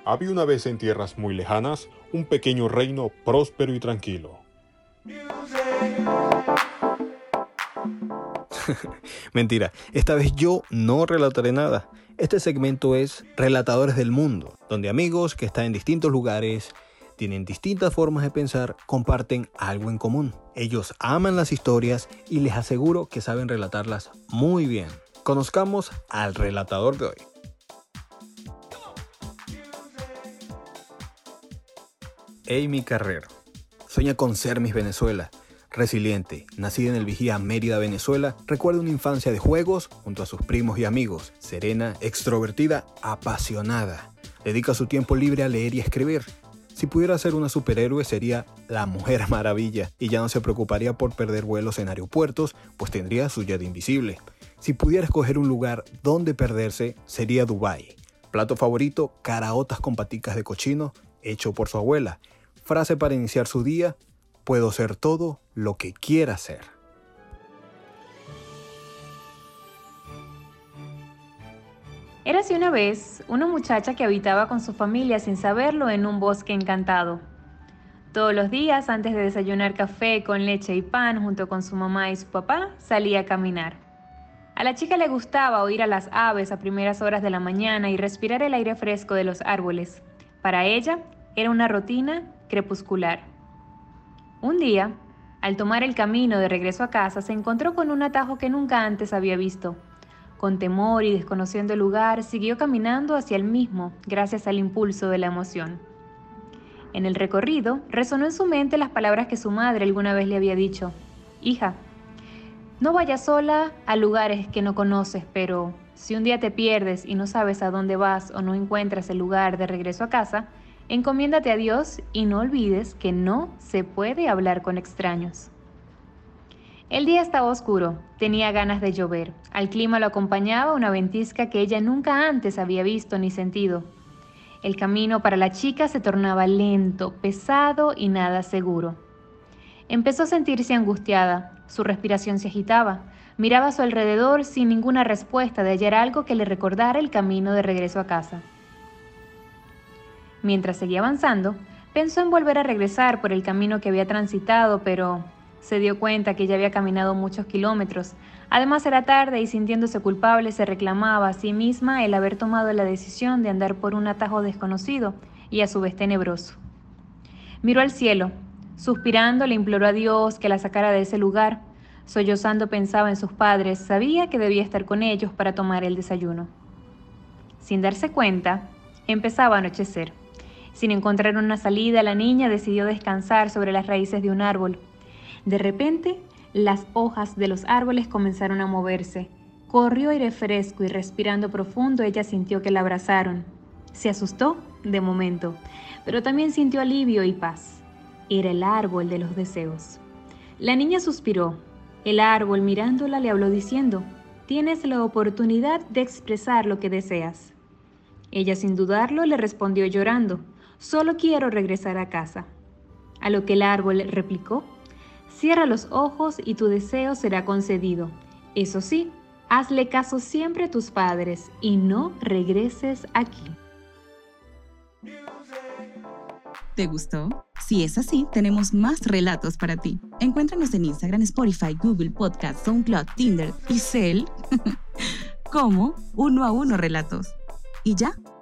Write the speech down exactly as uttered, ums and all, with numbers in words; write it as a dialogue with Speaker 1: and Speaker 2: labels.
Speaker 1: Había una vez en tierras muy lejanas un pequeño reino próspero y tranquilo.
Speaker 2: Mentira, esta vez yo no relataré nada. Este segmento es Relatadores del Mundo, donde amigos que están en distintos lugares, tienen distintas formas de pensar, comparten algo en común. Ellos aman las historias y les aseguro que saben relatarlas muy bien. Conozcamos al relatador de hoy. Amy Carrero. Sueña con ser Miss Venezuela. Resiliente, nacida en el Vigía Mérida, Venezuela, recuerda una infancia de juegos junto a sus primos y amigos. Serena, extrovertida, apasionada. Dedica su tiempo libre a leer y escribir. Si pudiera ser una superhéroe sería la Mujer Maravilla y ya no se preocuparía por perder vuelos en aeropuertos, pues tendría su jet invisible. Si pudiera escoger un lugar donde perderse, sería Dubái. Plato favorito, caraotas con paticas de cochino, hecho por su abuela. Frase para iniciar su día: puedo ser todo lo que quiera ser.
Speaker 3: Érase una vez una muchacha que habitaba con su familia sin saberlo en un bosque encantado. Todos los días, antes de desayunar café con leche y pan junto con su mamá y su papá, salía a caminar. A la chica le gustaba oír a las aves a primeras horas de la mañana y respirar el aire fresco de los árboles. Para ella, era una rutina crepuscular. Un día, al tomar el camino de regreso a casa, se encontró con un atajo que nunca antes había visto. Con temor y desconociendo el lugar, siguió caminando hacia el mismo, gracias al impulso de la emoción. En el recorrido, resonó en su mente las palabras que su madre alguna vez le había dicho. Hija, no vayas sola a lugares que no conoces, pero si un día te pierdes y no sabes a dónde vas o no encuentras el lugar de regreso a casa, encomiéndate a Dios y no olvides que no se puede hablar con extraños. El día estaba oscuro, tenía ganas de llover. Al clima lo acompañaba una ventisca que ella nunca antes había visto ni sentido. El camino para la chica se tornaba lento, pesado y nada seguro. Empezó a sentirse angustiada, su respiración se agitaba, miraba a su alrededor sin ninguna respuesta de hallar algo que le recordara el camino de regreso a casa. Mientras seguía avanzando, pensó en volver a regresar por el camino que había transitado, pero se dio cuenta que ya había caminado muchos kilómetros. Además era tarde y sintiéndose culpable se reclamaba a sí misma el haber tomado la decisión de andar por un atajo desconocido y a su vez tenebroso. Miró al cielo, suspirando le imploró a Dios que la sacara de ese lugar. Sollozando pensaba en sus padres, sabía que debía estar con ellos para tomar el desayuno. Sin darse cuenta, empezaba a anochecer. Sin encontrar una salida, la niña decidió descansar sobre las raíces de un árbol. De repente, las hojas de los árboles comenzaron a moverse. Corrió aire fresco y respirando profundo, ella sintió que la abrazaron. Se asustó, de momento, pero también sintió alivio y paz. Era el árbol de los deseos. La niña suspiró. El árbol, mirándola, le habló diciendo: «Tienes la oportunidad de expresar lo que deseas». Ella, sin dudarlo, le respondió llorando: «Solo quiero regresar a casa». A lo que el árbol replicó: «Cierra los ojos y tu deseo será concedido. Eso sí, hazle caso siempre a tus padres y no regreses aquí».
Speaker 4: ¿Te gustó? Si es así, tenemos más relatos para ti. Encuéntranos en Instagram, Spotify, Google Podcast, SoundCloud, Tinder y Cell como Uno a Uno Relatos. Y ya,